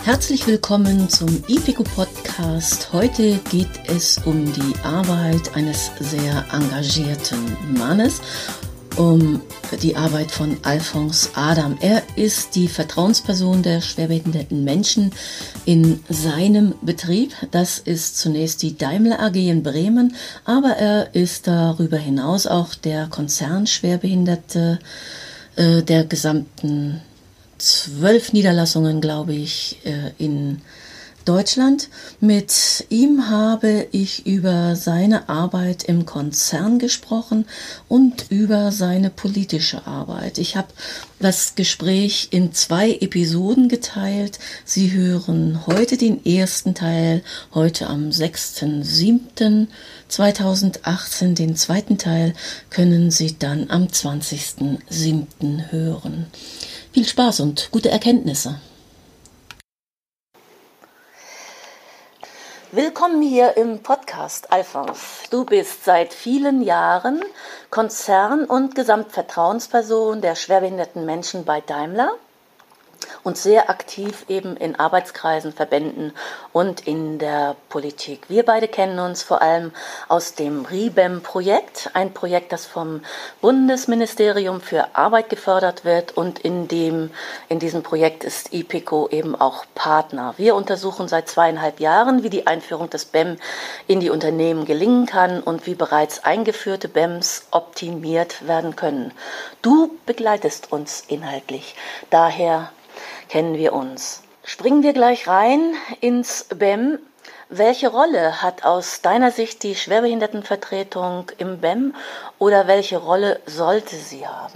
Herzlich willkommen zum IPECO-Podcast. Heute geht es um die Arbeit eines sehr engagierten Mannes, um die Arbeit von Alfons Adam. Er ist die Vertrauensperson der schwerbehinderten Menschen in seinem Betrieb. Das ist zunächst die Daimler AG in Bremen, aber er ist darüber hinaus auch der Konzernschwerbehinderte der gesamten 12 Niederlassungen, glaube ich, in Deutschland. Mit ihm habe ich über seine Arbeit im Konzern gesprochen und über seine politische Arbeit. Ich habe das Gespräch in 2 Episoden geteilt. Sie hören heute den ersten Teil, heute am 6.7.2018. Den zweiten Teil können Sie dann am 20.7. hören. Viel Spaß und gute Erkenntnisse. Willkommen hier im Podcast, Alfons. Du bist seit vielen Jahren Konzern- und Gesamtvertrauensperson der schwerbehinderten Menschen bei Daimler und sehr aktiv eben in Arbeitskreisen, Verbänden und in der Politik. Wir beide kennen uns vor allem aus dem RIBEM-Projekt, ein Projekt, das vom Bundesministerium für Arbeit gefördert wird, und in diesem Projekt ist IPECO eben auch Partner. Wir untersuchen seit 2,5 Jahren, wie die Einführung des BEM in die Unternehmen gelingen kann und wie bereits eingeführte BEMs optimiert werden können. Du begleitest uns inhaltlich, daher kennen wir uns. Springen wir gleich rein ins BEM. Welche Rolle hat aus deiner Sicht die Schwerbehindertenvertretung im BEM oder welche Rolle sollte sie haben?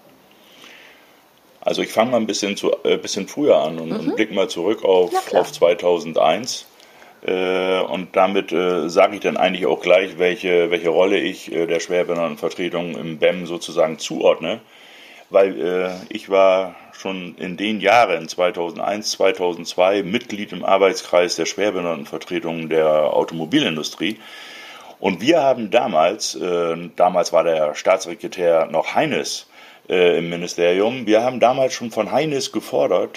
Also ich fange mal ein bisschen früher an und blicke mal zurück auf 2001. Und damit sage ich dann eigentlich auch gleich, welche Rolle ich der Schwerbehindertenvertretung im BEM sozusagen zuordne. Weil ich war schon in den Jahren 2001, 2002 Mitglied im Arbeitskreis der Schwerbehindertenvertretung der Automobilindustrie. Und wir haben damals war der Staatssekretär noch Heines im Ministerium, wir haben damals schon von Heines gefordert,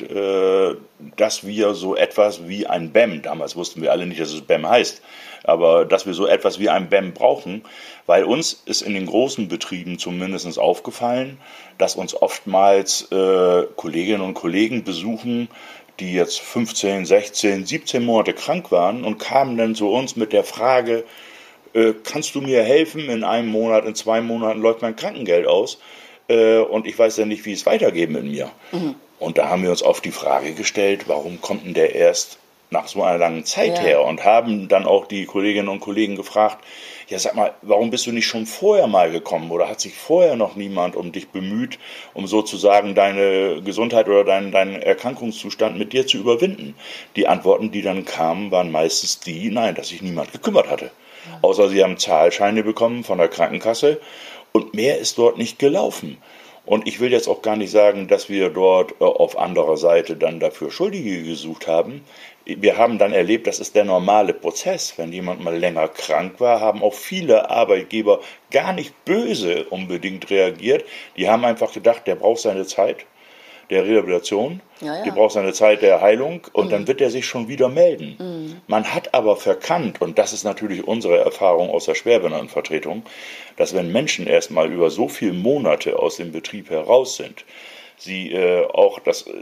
dass wir so etwas wie ein BEM, damals wussten wir alle nicht, dass es BEM heißt, aber dass wir so etwas wie ein BEM brauchen, weil uns ist in den großen Betrieben zumindest aufgefallen, dass uns oftmals Kolleginnen und Kollegen besuchen, die jetzt 15, 16, 17 Monate krank waren und kamen dann zu uns mit der Frage, kannst du mir helfen, in einem Monat, in 2 Monaten läuft mein Krankengeld aus und ich weiß ja nicht, wie es weitergeht mit mir. Und da haben wir uns oft die Frage gestellt, warum kommt denn der erst nach so einer langen Zeit her, und haben dann auch die Kolleginnen und Kollegen gefragt, ja, sag mal, warum bist du nicht schon vorher mal gekommen oder hat sich vorher noch niemand um dich bemüht, um sozusagen deine Gesundheit oder deinen Erkrankungszustand mit dir zu überwinden? Die Antworten, die dann kamen, waren meistens die, nein, dass sich niemand gekümmert hatte. Außer sie haben Zahlscheine bekommen von der Krankenkasse und mehr ist dort nicht gelaufen. Und ich will jetzt auch gar nicht sagen, dass wir dort auf anderer Seite dann dafür Schuldige gesucht haben. Wir haben dann erlebt, das ist der normale Prozess. Wenn jemand mal länger krank war, haben auch viele Arbeitgeber gar nicht böse unbedingt reagiert. Die haben einfach gedacht, der braucht seine Zeit der Rehabilitation, der braucht seine Zeit der Heilung und dann wird er sich schon wieder melden. Man hat aber verkannt, und das ist natürlich unsere Erfahrung aus der Schwerbehindertenvertretung, dass wenn Menschen erstmal über so viele Monate aus dem Betrieb heraus sind, sie auch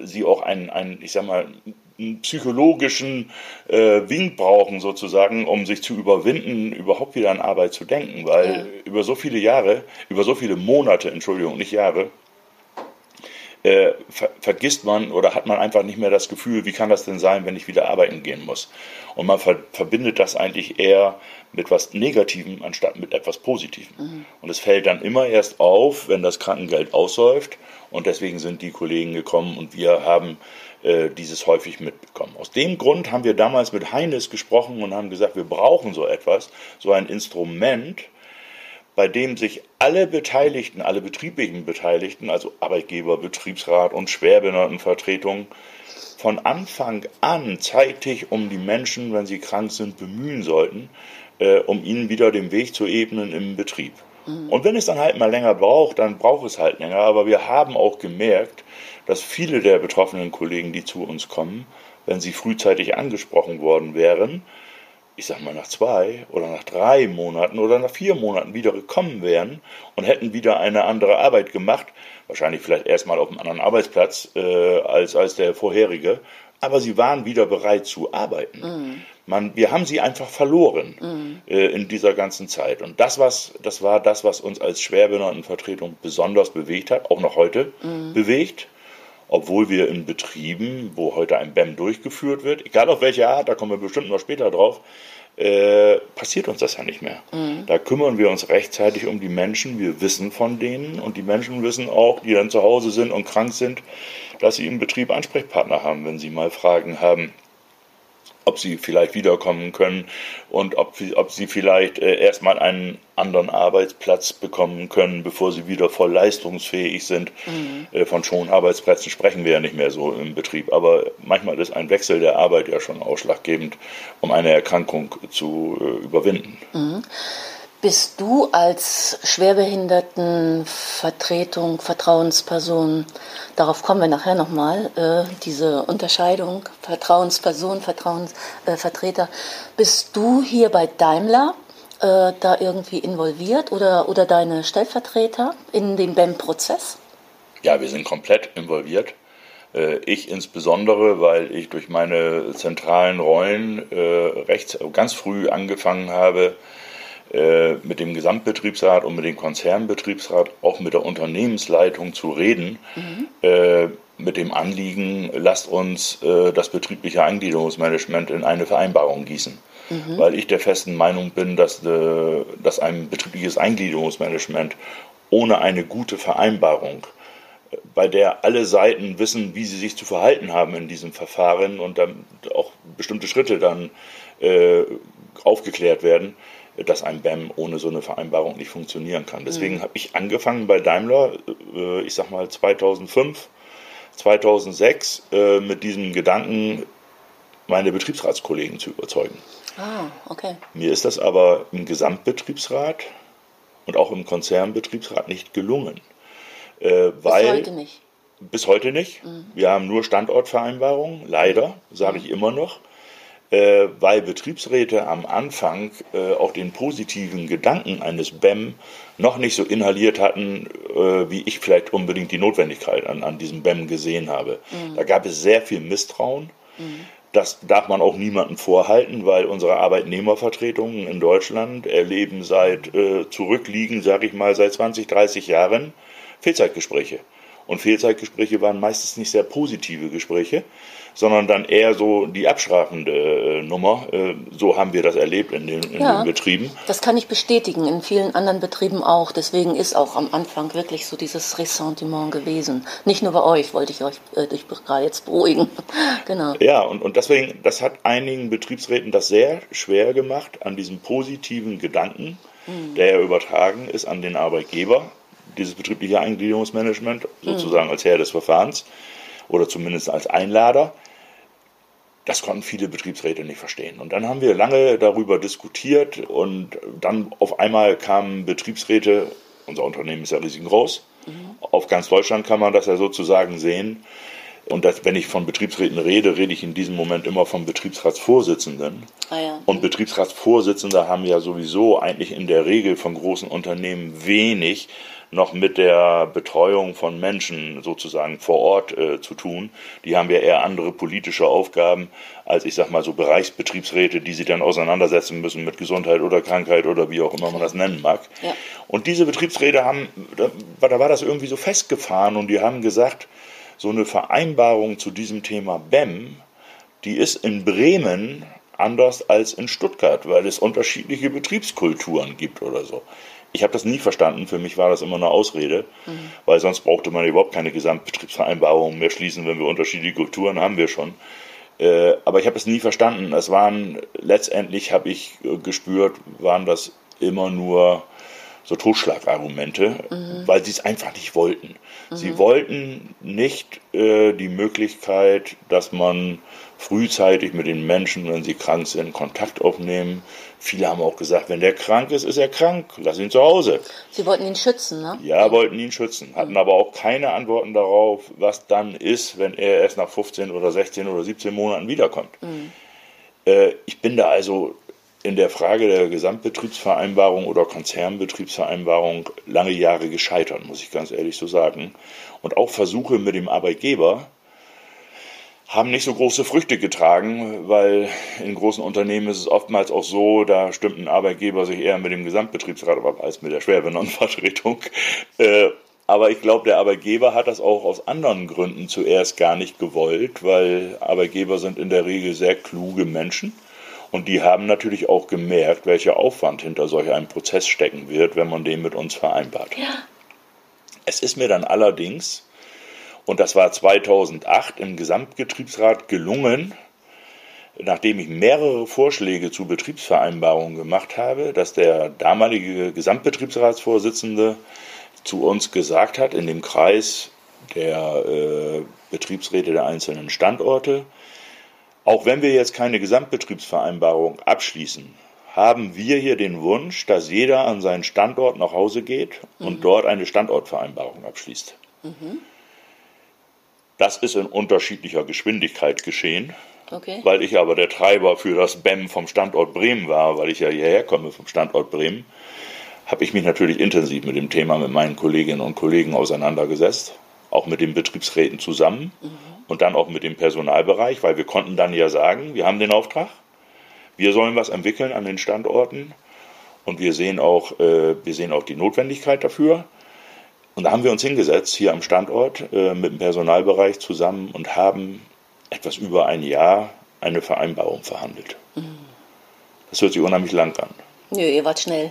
einen psychologischen Wink brauchen sozusagen, um sich zu überwinden, überhaupt wieder an Arbeit zu denken, weil über so viele Monate, nicht Jahre, vergisst man oder hat man einfach nicht mehr das Gefühl, wie kann das denn sein, wenn ich wieder arbeiten gehen muss? Und man verbindet das eigentlich eher mit etwas Negativem anstatt mit etwas Positivem. Und es fällt dann immer erst auf, wenn das Krankengeld ausläuft, und deswegen sind die Kollegen gekommen und wir haben dieses häufig mitbekommen. Aus dem Grund haben wir damals mit Heines gesprochen und haben gesagt, wir brauchen so etwas, so ein Instrument, bei dem sich alle Beteiligten, alle betrieblichen Beteiligten, also Arbeitgeber, Betriebsrat und Schwerbehindertenvertretung, von Anfang an zeitig um die Menschen, wenn sie krank sind, bemühen sollten, um ihnen wieder den Weg zu ebnen im Betrieb. Und wenn es dann halt mal länger braucht, dann braucht es halt länger. Aber wir haben auch gemerkt, dass viele der betroffenen Kollegen, die zu uns kommen, wenn sie frühzeitig angesprochen worden wären, ich sag mal nach 2 oder nach 3 Monaten oder nach 4 Monaten wieder gekommen wären und hätten wieder eine andere Arbeit gemacht, wahrscheinlich vielleicht erstmal auf einem anderen Arbeitsplatz als der vorherige, aber sie waren wieder bereit zu arbeiten. Wir haben sie einfach verloren in dieser ganzen Zeit. Und das war das, was uns als Schwerbehindertenvertretung besonders bewegt hat, auch noch heute bewegt. Obwohl wir in Betrieben, wo heute ein BEM durchgeführt wird, egal auf welche Art, da kommen wir bestimmt noch später drauf, passiert uns das ja nicht mehr. Da kümmern wir uns rechtzeitig um die Menschen, wir wissen von denen und die Menschen wissen auch, die dann zu Hause sind und krank sind, dass sie im Betrieb Ansprechpartner haben, wenn sie mal Fragen haben, ob sie vielleicht wiederkommen können und ob sie vielleicht erstmal einen anderen Arbeitsplatz bekommen können, bevor sie wieder voll leistungsfähig sind. Von schon Arbeitsplätzen sprechen wir ja nicht mehr so im Betrieb, aber manchmal ist ein Wechsel der Arbeit ja schon ausschlaggebend, um eine Erkrankung zu überwinden. Bist du als Schwerbehindertenvertretung, Vertrauensperson, darauf kommen wir nachher nochmal, diese Unterscheidung, Vertrauensperson, Vertrauensvertreter, bist du hier bei Daimler da irgendwie involviert oder deine Stellvertreter in den BEM-Prozess? Ja, wir sind komplett involviert. Ich insbesondere, weil ich durch meine zentralen Rollen ganz früh angefangen habe, mit dem Gesamtbetriebsrat und mit dem Konzernbetriebsrat, auch mit der Unternehmensleitung zu reden, mit dem Anliegen, lasst uns das betriebliche Eingliederungsmanagement in eine Vereinbarung gießen. Weil ich der festen Meinung bin, dass ein betriebliches Eingliederungsmanagement ohne eine gute Vereinbarung, bei der alle Seiten wissen, wie sie sich zu verhalten haben in diesem Verfahren und dann auch bestimmte Schritte dann aufgeklärt werden, dass ein BEM ohne so eine Vereinbarung nicht funktionieren kann. Deswegen habe ich angefangen bei Daimler, ich sag mal 2005, 2006, mit diesem Gedanken, meine Betriebsratskollegen zu überzeugen. Okay. Mir ist das aber im Gesamtbetriebsrat und auch im Konzernbetriebsrat nicht gelungen. Bis heute nicht? Bis heute nicht. Wir haben nur Standortvereinbarungen, leider, sage ich immer noch. Weil Betriebsräte am Anfang auch den positiven Gedanken eines BEM noch nicht so inhaliert hatten, wie ich vielleicht unbedingt die Notwendigkeit an diesem BEM gesehen habe. Da gab es sehr viel Misstrauen. Das darf man auch niemandem vorhalten, weil unsere Arbeitnehmervertretungen in Deutschland erleben zurückliegen, sage ich mal, seit 20, 30 Jahren Fehlzeitgespräche. Und Fehlzeitgespräche waren meistens nicht sehr positive Gespräche, sondern dann eher so die abstrafende Nummer. So haben wir das erlebt in den Betrieben. Das kann ich bestätigen, in vielen anderen Betrieben auch. Deswegen ist auch am Anfang wirklich so dieses Ressentiment gewesen. Nicht nur bei euch, wollte ich euch gerade jetzt beruhigen. Genau. Ja, und deswegen, das hat einigen Betriebsräten das sehr schwer gemacht, an diesem positiven Gedanken, der ja übertragen ist an den Arbeitgeber, dieses betriebliche Eingliederungsmanagement, sozusagen als Herr des Verfahrens oder zumindest als Einlader. Das konnten viele Betriebsräte nicht verstehen. Und dann haben wir lange darüber diskutiert und dann auf einmal kamen Betriebsräte, unser Unternehmen ist ja riesengroß, auf ganz Deutschland kann man das ja sozusagen sehen. Und wenn ich von Betriebsräten rede, rede ich in diesem Moment immer von Betriebsratsvorsitzenden. Und Betriebsratsvorsitzende haben ja sowieso eigentlich in der Regel von großen Unternehmen wenig noch mit der Betreuung von Menschen sozusagen vor Ort zu tun. Die haben ja eher andere politische Aufgaben als, ich sag mal, so Bereichsbetriebsräte, die sich dann auseinandersetzen müssen mit Gesundheit oder Krankheit oder wie auch immer man das nennen mag. Ja. Und diese Betriebsräte da war das irgendwie so festgefahren und die haben gesagt, so eine Vereinbarung zu diesem Thema BEM, die ist in Bremen anders als in Stuttgart, weil es unterschiedliche Betriebskulturen gibt oder so. Ich habe das nie verstanden, für mich war das immer eine Ausrede, weil sonst brauchte man überhaupt keine Gesamtbetriebsvereinbarung mehr schließen, wenn wir unterschiedliche Kulturen haben wir schon. Aber ich habe es nie verstanden. Letztendlich habe ich gespürt, waren das immer nur so Totschlagargumente, weil sie es einfach nicht wollten. Sie wollten nicht die Möglichkeit, dass man frühzeitig mit den Menschen, wenn sie krank sind, Kontakt aufnehmen. Viele haben auch gesagt, wenn der krank ist, ist er krank, lass ihn zu Hause. Sie wollten ihn schützen, ne? Ja, wollten ihn schützen, hatten aber auch keine Antworten darauf, was dann ist, wenn er erst nach 15 oder 16 oder 17 Monaten wiederkommt. Ich bin da also in der Frage der Gesamtbetriebsvereinbarung oder Konzernbetriebsvereinbarung lange Jahre gescheitert, muss ich ganz ehrlich so sagen. Und auch Versuche mit dem Arbeitgeber haben nicht so große Früchte getragen, weil in großen Unternehmen ist es oftmals auch so, da stimmt ein Arbeitgeber sich eher mit dem Gesamtbetriebsrat ab als mit der Schwerbehindertenvertretung. Aber ich glaube, der Arbeitgeber hat das auch aus anderen Gründen zuerst gar nicht gewollt, weil Arbeitgeber sind in der Regel sehr kluge Menschen. Und die haben natürlich auch gemerkt, welcher Aufwand hinter solch einem Prozess stecken wird, wenn man den mit uns vereinbart. Ja. Es ist mir dann allerdings, und das war 2008 im Gesamtbetriebsrat gelungen, nachdem ich mehrere Vorschläge zu Betriebsvereinbarungen gemacht habe, dass der damalige Gesamtbetriebsratsvorsitzende zu uns gesagt hat, in dem Kreis der Betriebsräte der einzelnen Standorte, auch wenn wir jetzt keine Gesamtbetriebsvereinbarung abschließen, haben wir hier den Wunsch, dass jeder an seinen Standort nach Hause geht und dort eine Standortvereinbarung abschließt. Das ist in unterschiedlicher Geschwindigkeit geschehen, weil ich aber der Treiber für das BEM vom Standort Bremen war, weil ich ja hierher komme vom Standort Bremen, habe ich mich natürlich intensiv mit dem Thema mit meinen Kolleginnen und Kollegen auseinandergesetzt, auch mit den Betriebsräten zusammen. Und dann auch mit dem Personalbereich, weil wir konnten dann ja sagen, wir haben den Auftrag, wir sollen was entwickeln an den Standorten und wir sehen auch die Notwendigkeit dafür. Und da haben wir uns hingesetzt hier am Standort mit dem Personalbereich zusammen und haben etwas über ein Jahr eine Vereinbarung verhandelt. Das hört sich unheimlich lang an. Nö, ihr wart schnell.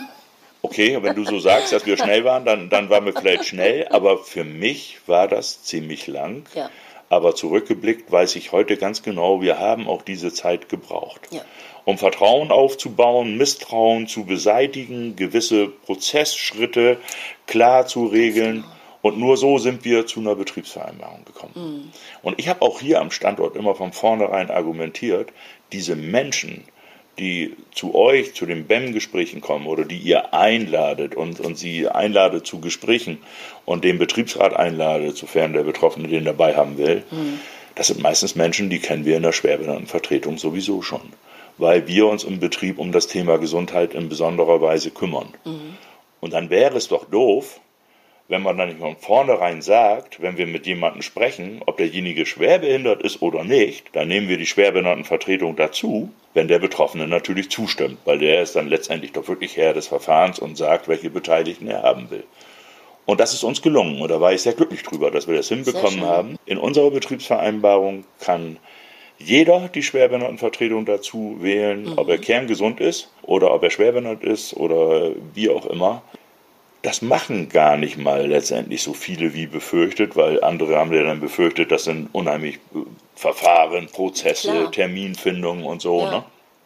Okay, wenn du so sagst, dass wir schnell waren, dann waren wir vielleicht schnell, aber für mich war das ziemlich lang. Ja. Aber zurückgeblickt weiß ich heute ganz genau, wir haben auch diese Zeit gebraucht, Ja. um Vertrauen aufzubauen, Misstrauen zu beseitigen, gewisse Prozessschritte klar zu regeln. Und nur so sind wir zu einer Betriebsvereinbarung gekommen. Und ich habe auch hier am Standort immer von vornherein argumentiert, diese Menschen, die zu euch, zu den BEM-Gesprächen kommen oder die ihr einladet und sie einladet zu Gesprächen und den Betriebsrat einladet, sofern der Betroffene den dabei haben will, das sind meistens Menschen, die kennen wir in der Schwerbehindertenvertretung sowieso schon, weil wir uns im Betrieb um das Thema Gesundheit in besonderer Weise kümmern. Und dann wäre es doch doof, wenn man dann nicht von vornherein sagt, wenn wir mit jemandem sprechen, ob derjenige schwerbehindert ist oder nicht, dann nehmen wir die Schwerbehindertenvertretung dazu, wenn der Betroffene natürlich zustimmt, weil der ist dann letztendlich doch wirklich Herr des Verfahrens und sagt, welche Beteiligten er haben will. Und das ist uns gelungen und da war ich sehr glücklich drüber, dass wir das hinbekommen haben. In unserer Betriebsvereinbarung kann jeder die Schwerbehindertenvertretung dazu wählen, ob er kerngesund ist oder ob er schwerbehindert ist oder wie auch immer. Das machen gar nicht mal letztendlich so viele wie befürchtet, weil andere haben ja dann befürchtet, das sind unheimlich Verfahren, Prozesse, Terminfindungen und so. Ja. Ne?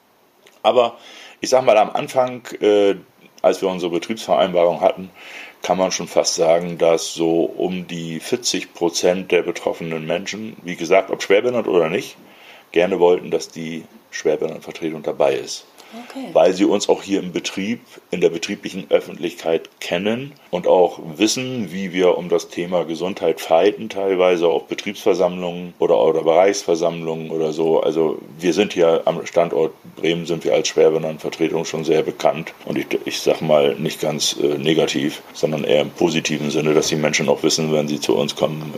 Aber ich sag mal, am Anfang, als wir unsere Betriebsvereinbarung hatten, kann man schon fast sagen, dass so um die 40% der betroffenen Menschen, wie gesagt, ob schwerbehindert oder nicht, gerne wollten, dass die Schwerbehindertenvertretung dabei ist. Okay. Weil sie uns auch hier im Betrieb, in der betrieblichen Öffentlichkeit kennen und auch wissen, wie wir um das Thema Gesundheit fighten, teilweise auch Betriebsversammlungen oder Bereichsversammlungen oder so. Also wir sind hier am Standort Bremen, sind wir als Schwerbehindertenvertretung schon sehr bekannt. Und ich sag mal nicht ganz negativ, sondern eher im positiven Sinne, dass die Menschen auch wissen, wenn sie zu uns kommen,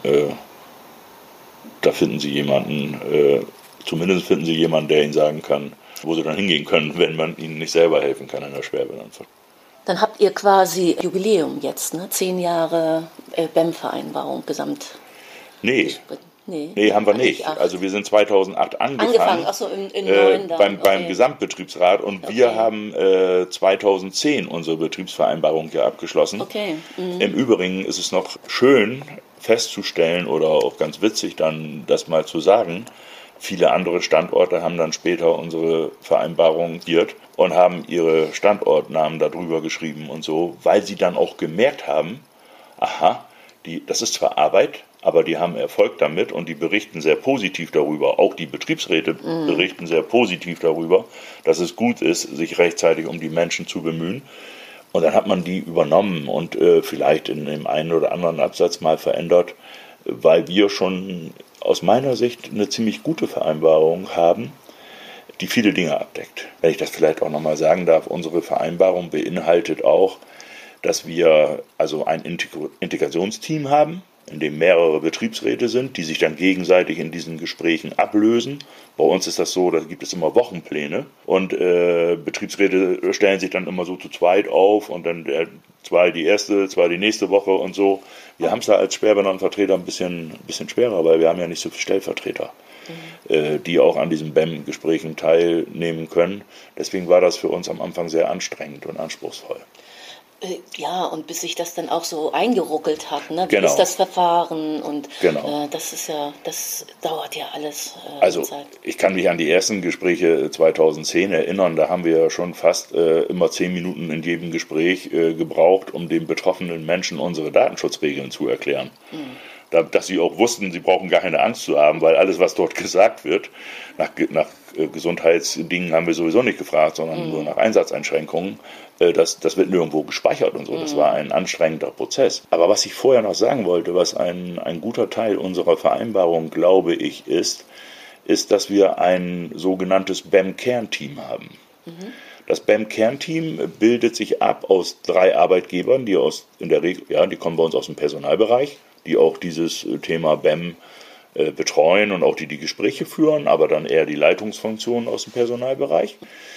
da finden sie jemanden, zumindest finden sie jemanden, der ihnen sagen kann, wo sie dann hingehen können, wenn man ihnen nicht selber helfen kann in der Schwerbehindertenvertretung. Dann habt ihr quasi Jubiläum jetzt, ne? 10 Jahre BEM-Vereinbarung gesamt. Nee, haben wir nicht. Also wir sind 2008 angefangen. Achso, in 9 dann. Beim Gesamtbetriebsrat und wir haben 2010 unsere Betriebsvereinbarung hier abgeschlossen. Okay. Im Übrigen ist es noch schön festzustellen oder auch ganz witzig dann das mal zu sagen, Viele andere Standorte haben dann später unsere Vereinbarung hier und haben ihre Standortnamen darüber geschrieben und so, weil sie dann auch gemerkt haben, aha, das ist zwar Arbeit, aber die haben Erfolg damit und die berichten sehr positiv darüber. Auch die Betriebsräte berichten sehr positiv darüber, dass es gut ist, sich rechtzeitig um die Menschen zu bemühen. Und dann hat man die übernommen und vielleicht in dem einen oder anderen Absatz mal verändert, weil wir schon aus meiner Sicht eine ziemlich gute Vereinbarung haben, die viele Dinge abdeckt. Wenn ich das vielleicht auch nochmal sagen darf, unsere Vereinbarung beinhaltet auch, dass wir also ein Integrationsteam haben, in dem mehrere Betriebsräte sind, die sich dann gegenseitig in diesen Gesprächen ablösen. Bei uns ist das so, da gibt es immer Wochenpläne und Betriebsräte stellen sich dann immer so zu zweit auf und dann zwei die erste, zwei die nächste Woche und so. Wir haben es da als Schwerbehindertenvertreter ein bisschen schwerer, weil wir haben ja nicht so viele Stellvertreter, die auch an diesen BEM-Gesprächen teilnehmen können. Deswegen war das für uns am Anfang sehr anstrengend und anspruchsvoll. Ja, und bis sich das dann auch so eingeruckelt hat, ne? Wie Genau. ist das Verfahren und Genau. Das dauert ja alles also Zeit. Ich kann mich an die ersten Gespräche 2010 erinnern, da haben wir schon fast immer 10 Minuten in jedem Gespräch gebraucht, um den betroffenen Menschen unsere Datenschutzregeln zu erklären. Dass sie auch wussten, sie brauchen gar keine Angst zu haben, weil alles, was dort gesagt wird, nach Gesundheitsdingen haben wir sowieso nicht gefragt, sondern nur nach Einsatzeinschränkungen, das wird nirgendwo gespeichert und so. Das war ein anstrengender Prozess. Aber was ich vorher noch sagen wollte, was ein guter Teil unserer Vereinbarung, glaube ich, ist, dass wir ein sogenanntes BEM-Kernteam haben. Das BEM-Kernteam bildet sich ab aus 3 Arbeitgebern, die in der Regel, die kommen bei uns aus dem Personalbereich, die auch dieses Thema BEM betreuen und auch die Gespräche führen, aber dann eher die Leitungsfunktionen aus dem Personalbereich.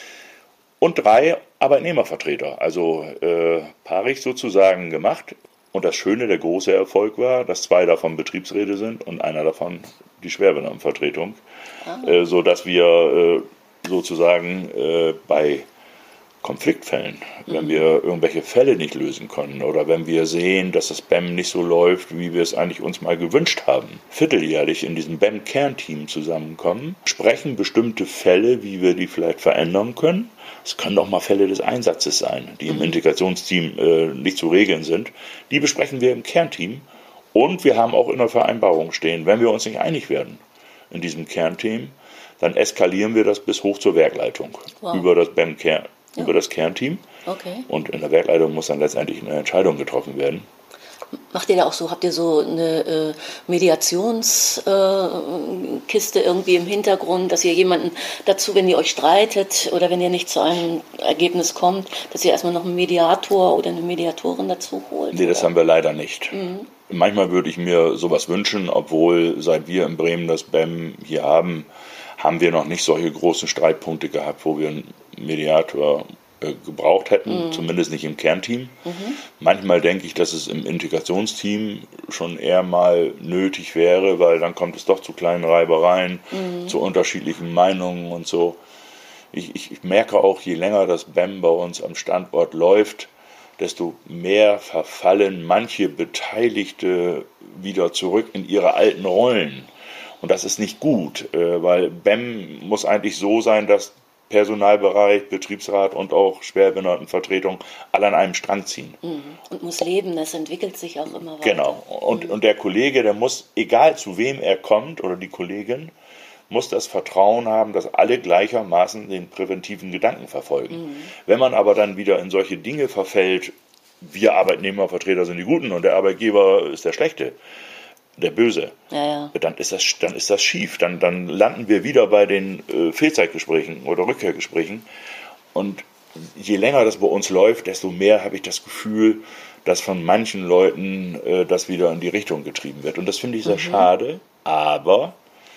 Und 3 Arbeitnehmervertreter, also paarig sozusagen gemacht. Und das Schöne, der große Erfolg war, dass 2 davon Betriebsräte sind und einer davon die Schwerbehindertenvertretung, sodass wir sozusagen bei Konfliktfällen, wenn wir irgendwelche Fälle nicht lösen können oder wenn wir sehen, dass das BEM nicht so läuft, wie wir es eigentlich uns mal gewünscht haben, vierteljährlich in diesem BEM-Kernteam zusammenkommen, sprechen bestimmte Fälle, wie wir die vielleicht verändern können. Es können auch mal Fälle des Einsatzes sein, die im Integrationsteam nicht zu regeln sind. Die besprechen wir im Kernteam und wir haben auch in der Vereinbarung stehen, wenn wir uns nicht einig werden in diesem Kernteam, dann eskalieren wir das bis hoch zur Werkleitung über das BEM-Kern. Über das Kernteam. Okay. Und in der Werkleitung muss dann letztendlich eine Entscheidung getroffen werden. Macht ihr da auch so, habt ihr so eine Mediationskiste irgendwie im Hintergrund, dass ihr jemanden dazu, wenn ihr euch streitet oder wenn ihr nicht zu einem Ergebnis kommt, dass ihr erstmal noch einen Mediator oder eine Mediatorin dazu holt? Nee, das haben wir leider nicht. Manchmal würde ich mir sowas wünschen, obwohl seit wir in Bremen das BEM hier haben wir noch nicht solche großen Streitpunkte gehabt, wo wir einen Mediator gebraucht hätten, zumindest nicht im Kernteam. Manchmal denke ich, dass es im Integrationsteam schon eher mal nötig wäre, weil dann kommt es doch zu kleinen Reibereien, zu unterschiedlichen Meinungen und so. Ich merke auch, je länger das BEM bei uns am Standort läuft, desto mehr verfallen manche Beteiligte wieder zurück in ihre alten Rollen. Und das ist nicht gut, weil BEM muss eigentlich so sein, dass Personalbereich, Betriebsrat und auch Schwerbehindertenvertretung alle an einem Strang ziehen. Und muss leben, das entwickelt sich auch immer weiter. Genau. Und der Kollege, der muss, egal zu wem er kommt oder die Kollegin, muss das Vertrauen haben, dass alle gleichermaßen den präventiven Gedanken verfolgen. Wenn man aber dann wieder in solche Dinge verfällt, wir Arbeitnehmervertreter sind die Guten und der Arbeitgeber ist der Schlechte, der Böse, dann ist das schief. Dann landen wir wieder bei den Fehlzeitgesprächen oder Rückkehrgesprächen. Und je länger das bei uns läuft, desto mehr habe ich das Gefühl, dass von manchen Leuten das wieder in die Richtung getrieben wird. Und das finde ich sehr schade. Aber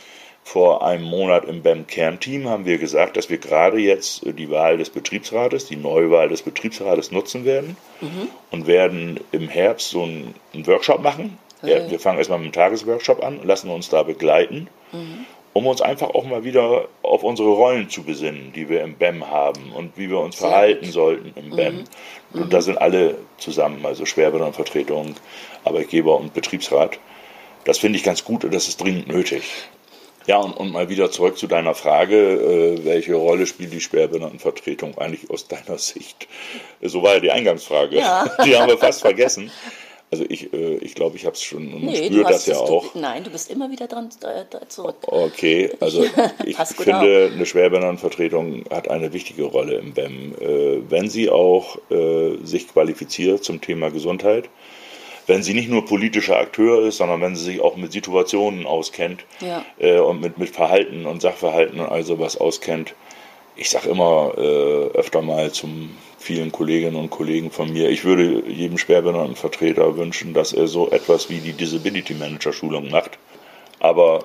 vor einem Monat im BEM-Kernteam haben wir gesagt, dass wir gerade jetzt die Wahl des Betriebsrates, die Neuwahl des Betriebsrates nutzen werden und werden im Herbst so einen Workshop machen. Wir fangen erstmal mit einem Tagesworkshop an, lassen uns da begleiten, um uns einfach auch mal wieder auf unsere Rollen zu besinnen, die wir im BEM haben und wie wir uns verhalten sollten im BEM. Und da sind alle zusammen, also Schwerbehindertenvertretung, Arbeitgeber und Betriebsrat. Das finde ich ganz gut und das ist dringend nötig. Ja, und mal wieder zurück zu deiner Frage, welche Rolle spielt die Schwerbehindertenvertretung eigentlich aus deiner Sicht? So war ja die Eingangsfrage. Ja. Die haben wir fast vergessen. Also ich glaube, ich habe es schon und spüre das ja auch. Nein, du bist immer wieder dran zurück. Okay, also ich finde, eine Schwerbehindertenvertretung hat eine wichtige Rolle im BEM, wenn sie auch sich qualifiziert zum Thema Gesundheit. Wenn sie nicht nur politischer Akteur ist, sondern wenn sie sich auch mit Situationen auskennt und mit Verhalten und Sachverhalten und all sowas auskennt. Ich sage immer öfter mal zum vielen Kolleginnen und Kollegen von mir, ich würde jedem Schwerbehindertenvertreter wünschen, dass er so etwas wie die Disability Manager Schulung macht. Aber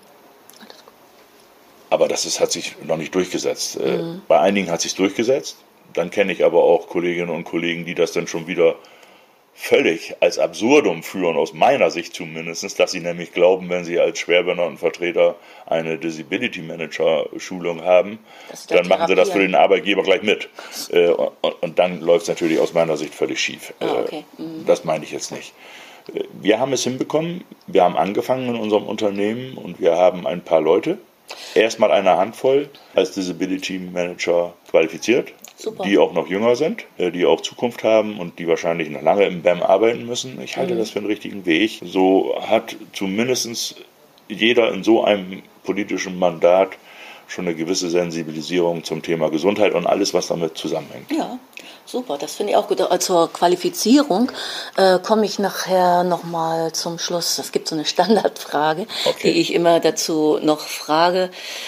das hat sich noch nicht durchgesetzt. Bei einigen hat es sich durchgesetzt. Dann kenne ich aber auch Kolleginnen und Kollegen, die das dann schon wieder völlig als Absurdum führen, aus meiner Sicht zumindest, dass sie nämlich glauben, wenn sie als Schwerbehindertenvertreter eine Disability Manager Schulung haben, dann machen sie das für den Arbeitgeber gleich mit. Und dann läuft es natürlich aus meiner Sicht völlig schief. Okay. Das meine ich jetzt nicht. Wir haben es hinbekommen, wir haben angefangen in unserem Unternehmen und wir haben ein paar Leute, erstmal eine Handvoll als Disability Manager qualifiziert. Super. Die auch noch jünger sind, die auch Zukunft haben und die wahrscheinlich noch lange im BEM arbeiten müssen. Ich halte das für einen richtigen Weg. So hat zumindest jeder in so einem politischen Mandat schon eine gewisse Sensibilisierung zum Thema Gesundheit und alles, was damit zusammenhängt. Ja, super, das finde ich auch gut. Zur Qualifizierung komme ich nachher nochmal zum Schluss. Es gibt so eine Standardfrage, die ich immer dazu noch frage.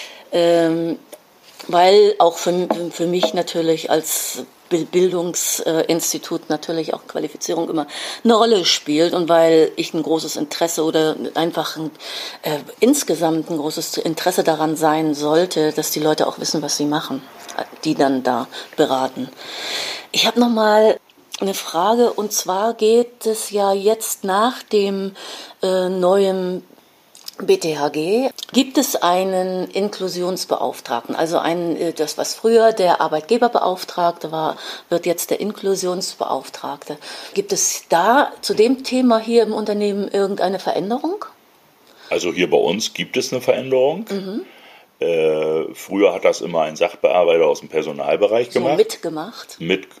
Weil auch für mich natürlich als Bildungsinstitut natürlich auch Qualifizierung immer eine Rolle spielt und weil ich ein großes Interesse oder einfach insgesamt ein großes Interesse daran sein sollte, dass die Leute auch wissen, was sie machen, die dann da beraten. Ich habe noch mal eine Frage und zwar geht es ja jetzt nach dem neuen BTHG gibt es einen Inklusionsbeauftragten, also das was früher der Arbeitgeberbeauftragte war, wird jetzt der Inklusionsbeauftragte. Gibt es da zu dem Thema hier im Unternehmen irgendeine Veränderung? Also hier bei uns gibt es eine Veränderung. Früher hat das immer ein Sachbearbeiter aus dem Personalbereich gemacht. So mitgemacht?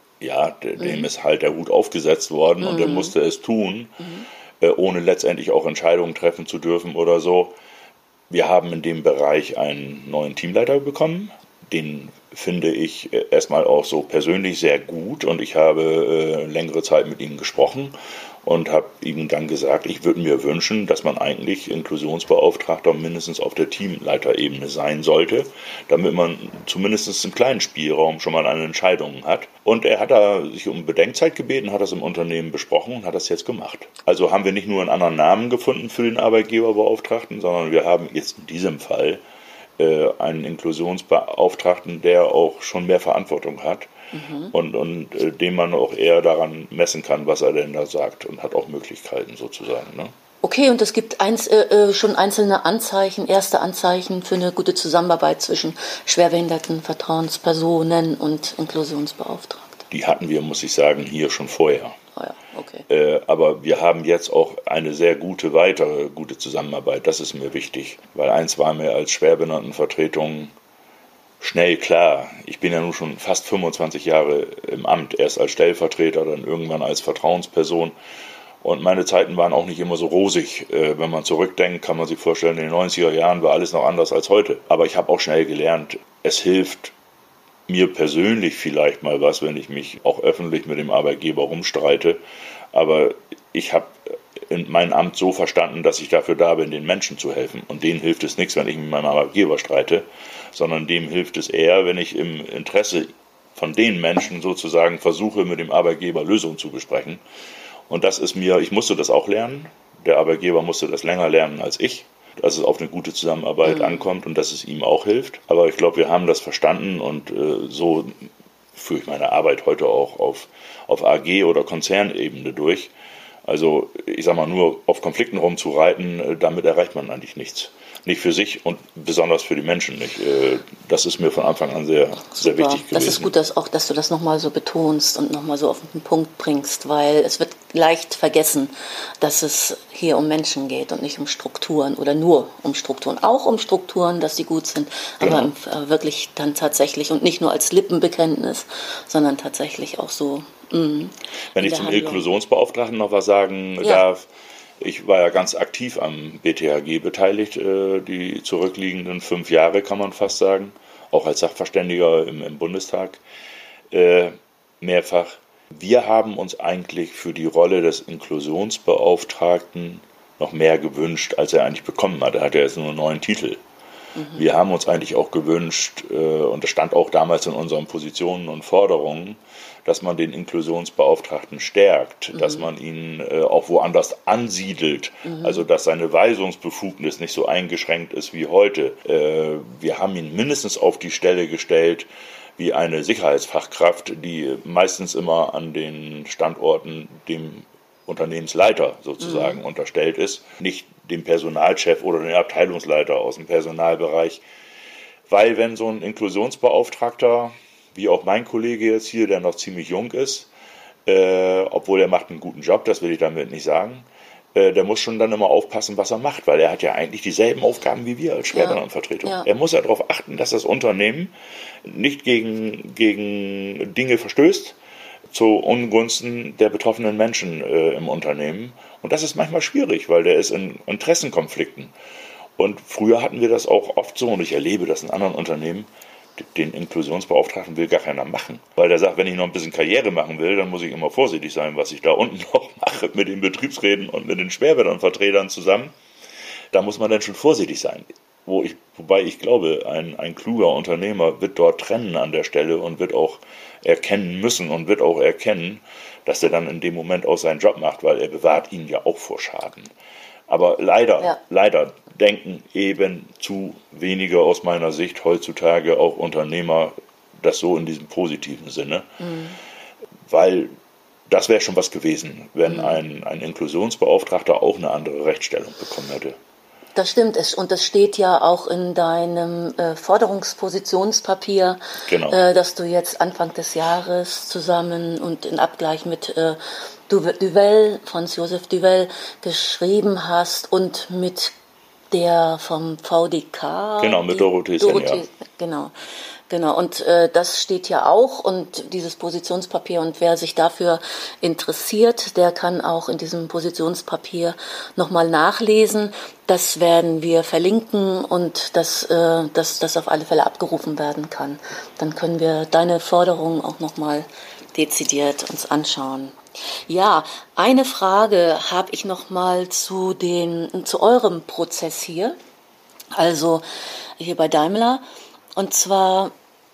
Dem ist halt der Hut aufgesetzt worden und der musste es tun. Ohne letztendlich auch Entscheidungen treffen zu dürfen oder so. Wir haben in dem Bereich einen neuen Teamleiter bekommen. Den finde ich erstmal auch so persönlich sehr gut und ich habe längere Zeit mit ihm gesprochen und habe ihm dann gesagt, ich würde mir wünschen, dass man eigentlich Inklusionsbeauftragter mindestens auf der Teamleiterebene sein sollte, damit man zumindest einen kleinen Spielraum schon mal an Entscheidungen hat. Und er hat da sich um Bedenkzeit gebeten, hat das im Unternehmen besprochen und hat das jetzt gemacht. Also haben wir nicht nur einen anderen Namen gefunden für den Arbeitgeberbeauftragten, sondern wir haben jetzt in diesem Fall einen Inklusionsbeauftragten, der auch schon mehr Verantwortung hat und dem man auch eher daran messen kann, was er denn da sagt und hat auch Möglichkeiten sozusagen. Ne? Okay, und es gibt schon einzelne Anzeichen, erste Anzeichen für eine gute Zusammenarbeit zwischen schwerbehinderten Vertrauenspersonen und Inklusionsbeauftragten. Die hatten wir, muss ich sagen, hier schon vorher. Ah ja, okay. Aber wir haben jetzt auch eine sehr weitere gute Zusammenarbeit. Das ist mir wichtig, weil eins war mir als Schwerbehindertenvertretung schnell klar. Ich bin ja nun schon fast 25 Jahre im Amt, erst als Stellvertreter, dann irgendwann als Vertrauensperson. Und meine Zeiten waren auch nicht immer so rosig. Wenn man zurückdenkt, kann man sich vorstellen, in den 90er Jahren war alles noch anders als heute. Aber ich habe auch schnell gelernt, es hilft mir persönlich vielleicht mal was, wenn ich mich auch öffentlich mit dem Arbeitgeber rumstreite. Aber ich habe mein Amt so verstanden, dass ich dafür da bin, den Menschen zu helfen. Und denen hilft es nichts, wenn ich mit meinem Arbeitgeber streite, sondern dem hilft es eher, wenn ich im Interesse von den Menschen sozusagen versuche, mit dem Arbeitgeber Lösungen zu besprechen. Und das ist ich musste das auch lernen. Der Arbeitgeber musste das länger lernen als ich, dass es auf eine gute Zusammenarbeit ankommt und dass es ihm auch hilft. Aber ich glaube, wir haben das verstanden und so führe ich meine Arbeit heute auch auf AG- oder Konzernebene durch. Also ich sag mal, nur auf Konflikten rumzureiten, damit erreicht man eigentlich nichts. nicht für sich und besonders für die Menschen nicht. Das ist mir von Anfang an sehr, sehr wichtig gewesen. Das ist gut, dass du das nochmal so betonst und nochmal so auf den Punkt bringst, weil es wird leicht vergessen, dass es hier um Menschen geht und nicht um Strukturen oder nur um Strukturen. Auch um Strukturen, dass sie gut sind, aber wirklich dann tatsächlich und nicht nur als Lippenbekenntnis, sondern tatsächlich auch so. Wenn ich zum Inklusionsbeauftragten noch was sagen darf, ich war ja ganz aktiv am BTHG beteiligt, die zurückliegenden 5 Jahre, kann man fast sagen, auch als Sachverständiger im Bundestag mehrfach. Wir haben uns eigentlich für die Rolle des Inklusionsbeauftragten noch mehr gewünscht, als er eigentlich bekommen hat. Er hatte jetzt nur einen neuen Titel. Wir haben uns eigentlich auch gewünscht, und das stand auch damals in unseren Positionen und Forderungen, dass man den Inklusionsbeauftragten stärkt, dass man ihn auch woanders ansiedelt, also dass seine Weisungsbefugnis nicht so eingeschränkt ist wie heute. Wir haben ihn mindestens auf die Stelle gestellt wie eine Sicherheitsfachkraft, die meistens immer an den Standorten dem Unternehmensleiter sozusagen unterstellt ist, nicht dem Personalchef oder dem Abteilungsleiter aus dem Personalbereich. Weil wenn so ein Inklusionsbeauftragter, wie auch mein Kollege jetzt hier, der noch ziemlich jung ist, obwohl er macht einen guten Job, das will ich damit nicht sagen, der muss schon dann immer aufpassen, was er macht, weil er hat ja eigentlich dieselben Aufgaben wie wir als Schwerbehindertenvertretung. Er muss ja darauf achten, dass das Unternehmen nicht gegen Dinge verstößt, zu Ungunsten der betroffenen Menschen im Unternehmen. Und das ist manchmal schwierig, weil der ist in Interessenkonflikten. Und früher hatten wir das auch oft so, und ich erlebe das in anderen Unternehmen, den Inklusionsbeauftragten will gar keiner machen. Weil der sagt, wenn ich noch ein bisschen Karriere machen will, dann muss ich immer vorsichtig sein, was ich da unten noch mache mit den Betriebsräten und mit den Schwerbehindertenvertretern zusammen. Da muss man dann schon vorsichtig sein. Wobei ich glaube, ein kluger Unternehmer wird dort trennen an der Stelle und wird auch erkennen müssen und wird auch erkennen, dass er dann in dem Moment auch seinen Job macht, weil er bewahrt ihn ja auch vor Schaden. Aber leider denken eben zu wenige aus meiner Sicht heutzutage auch Unternehmer das so in diesem positiven Sinne. Weil das wäre schon was gewesen, wenn ein Inklusionsbeauftragter auch eine andere Rechtsstellung bekommen hätte. Das stimmt, und das steht ja auch in deinem Forderungspositionspapier, das du jetzt Anfang des Jahres zusammen und in Abgleich mit Duvel, Franz Josef Duvel, geschrieben hast und mit der vom VDK. Genau, mit Dorothee Senja. Genau, und das steht ja auch, und dieses Positionspapier, und wer sich dafür interessiert, der kann auch in diesem Positionspapier nochmal nachlesen. Das werden wir verlinken und dass das auf alle Fälle abgerufen werden kann. Dann können wir deine Forderungen auch nochmal dezidiert uns anschauen. Ja, eine Frage habe ich nochmal zu eurem Prozess hier, also hier bei Daimler. Und zwar,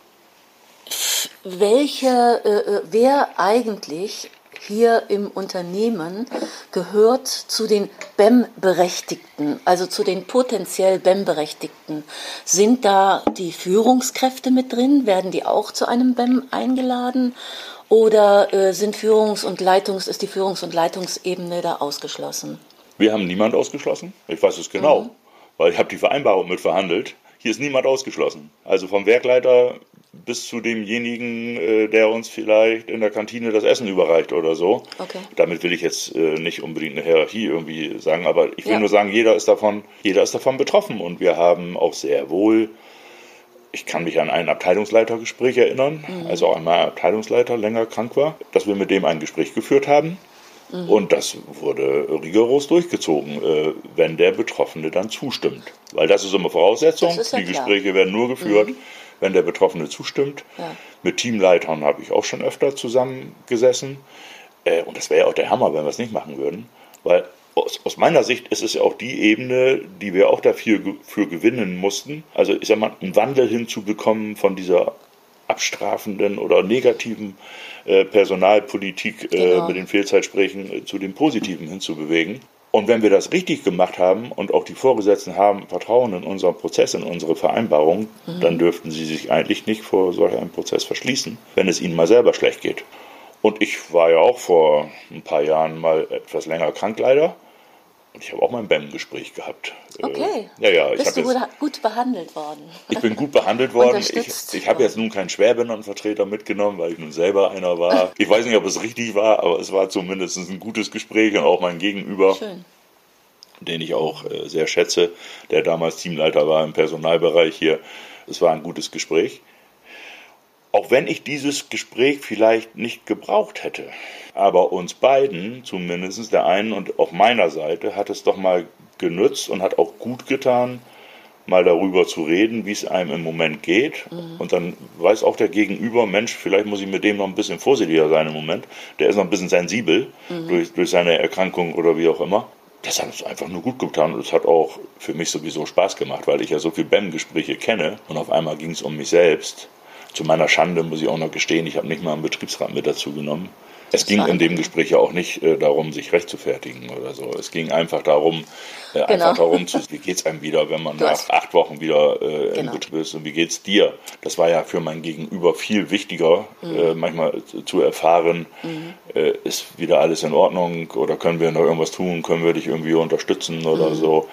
wer eigentlich hier im Unternehmen gehört zu den BEM-Berechtigten, also zu den potenziell BEM-Berechtigten? Sind da die Führungskräfte mit drin? Werden die auch zu einem BEM eingeladen? Oder ist die Führungs- und Leitungsebene da ausgeschlossen? Wir haben niemand ausgeschlossen. Ich weiß es genau, weil ich habe die Vereinbarung mit verhandelt. Hier ist niemand ausgeschlossen. Also vom Werkleiter bis zu demjenigen, der uns vielleicht in der Kantine das Essen überreicht oder so. Okay. Damit will ich jetzt nicht unbedingt eine Hierarchie irgendwie sagen, aber ich will nur sagen, jeder ist davon betroffen. Und wir haben auch sehr wohl, ich kann mich an ein Abteilungsleitergespräch erinnern, als auch einmal Abteilungsleiter länger krank war, dass wir mit dem ein Gespräch geführt haben. Und das wurde rigoros durchgezogen, wenn der Betroffene dann zustimmt. Weil das ist immer Voraussetzung. Die Gespräche werden nur geführt, wenn der Betroffene zustimmt. Ja. Mit Teamleitern habe ich auch schon öfter zusammengesessen. Und das wäre ja auch der Hammer, wenn wir es nicht machen würden. Weil aus meiner Sicht ist es ja auch die Ebene, die wir auch dafür gewinnen mussten. Also ich sag mal, einen Wandel hinzubekommen von dieser abstrafenden oder negativen Personalpolitik mit den Fehlzeitsprechen zu dem Positiven hinzubewegen. Und wenn wir das richtig gemacht haben und auch die Vorgesetzten haben Vertrauen in unseren Prozess, in unsere Vereinbarung, dann dürften sie sich eigentlich nicht vor solch einem Prozess verschließen, wenn es ihnen mal selber schlecht geht. Und ich war ja auch vor ein paar Jahren mal etwas länger krank leider. Und ich habe auch mal ein BEM-Gespräch gehabt. Okay. Bist du gut behandelt worden? Ich bin gut behandelt worden. Ich habe jetzt nun keinen Schwerbehindertenvertreter mitgenommen, weil ich nun selber einer war. Ich weiß nicht, ob es richtig war, aber es war zumindest ein gutes Gespräch und auch mein Gegenüber, Schön. Den ich auch sehr schätze, der damals Teamleiter war im Personalbereich hier. Es war ein gutes Gespräch. Auch wenn ich dieses Gespräch vielleicht nicht gebraucht hätte. Aber uns beiden, zumindest der einen und auf meiner Seite, hat es doch mal genützt und hat auch gut getan, mal darüber zu reden, wie es einem im Moment geht. Und dann weiß auch der Gegenüber, Mensch, vielleicht muss ich mit dem noch ein bisschen vorsichtiger sein im Moment. Der ist noch ein bisschen sensibel durch seine Erkrankung oder wie auch immer. Das hat uns einfach nur gut getan und es hat auch für mich sowieso Spaß gemacht, weil ich ja so viele BEM-Gespräche kenne und auf einmal ging es um mich selbst. Zu meiner Schande muss ich auch noch gestehen, ich habe nicht mal einen Betriebsrat mit dazu genommen. Es ging in dem Gespräch ja auch nicht darum, sich rechtfertigen oder so. Es ging einfach darum, wie geht's einem wieder, wenn man nach 8 Wochen wieder im Betrieb ist und wie geht's dir? Das war ja für mein Gegenüber viel wichtiger, manchmal zu erfahren, ist wieder alles in Ordnung oder können wir noch irgendwas tun, können wir dich irgendwie unterstützen oder so.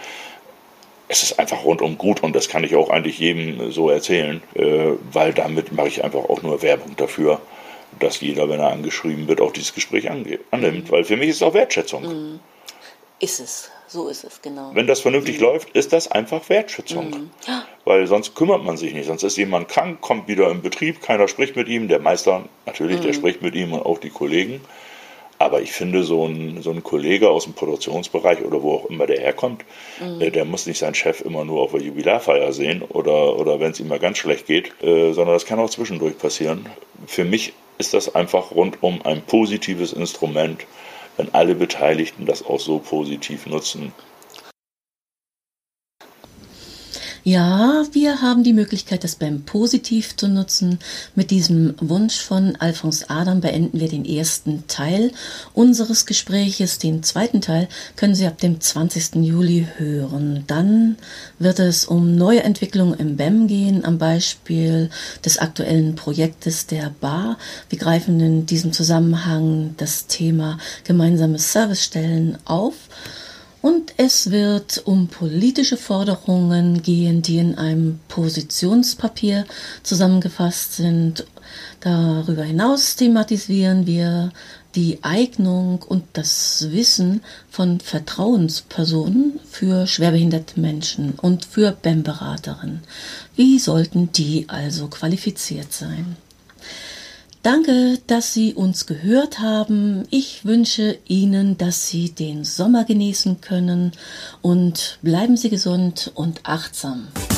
Es ist einfach rundum gut und das kann ich auch eigentlich jedem so erzählen, weil damit mache ich einfach auch nur Werbung dafür, dass jeder, wenn er angeschrieben wird, auch dieses Gespräch annimmt, weil für mich ist es auch Wertschätzung. Ist es, so ist es, genau. Wenn das vernünftig läuft, ist das einfach Wertschätzung, weil sonst kümmert man sich nicht, sonst ist jemand krank, kommt wieder im Betrieb, keiner spricht mit ihm, der Meister natürlich, der spricht mit ihm und auch die Kollegen. Aber ich finde, so ein Kollege aus dem Produktionsbereich oder wo auch immer der herkommt, der muss nicht seinen Chef immer nur auf der Jubilarfeier sehen oder wenn es ihm mal ganz schlecht geht, sondern das kann auch zwischendurch passieren. Für mich ist das einfach rundum ein positives Instrument, wenn alle Beteiligten das auch so positiv nutzen. Ja, wir haben die Möglichkeit, das BEM positiv zu nutzen. Mit diesem Wunsch von Alfons Adam beenden wir den ersten Teil unseres Gespräches. Den zweiten Teil können Sie ab dem 20. Juli hören. Dann wird es um neue Entwicklungen im BEM gehen, am Beispiel des aktuellen Projektes der BAR. Wir greifen in diesem Zusammenhang das Thema gemeinsame Servicestellen auf. Und es wird um politische Forderungen gehen, die in einem Positionspapier zusammengefasst sind. Darüber hinaus thematisieren wir die Eignung und das Wissen von Vertrauenspersonen für schwerbehinderte Menschen und für BEM-Beraterinnen. Wie sollten die also qualifiziert sein? Danke, dass Sie uns gehört haben. Ich wünsche Ihnen, dass Sie den Sommer genießen können und bleiben Sie gesund und achtsam.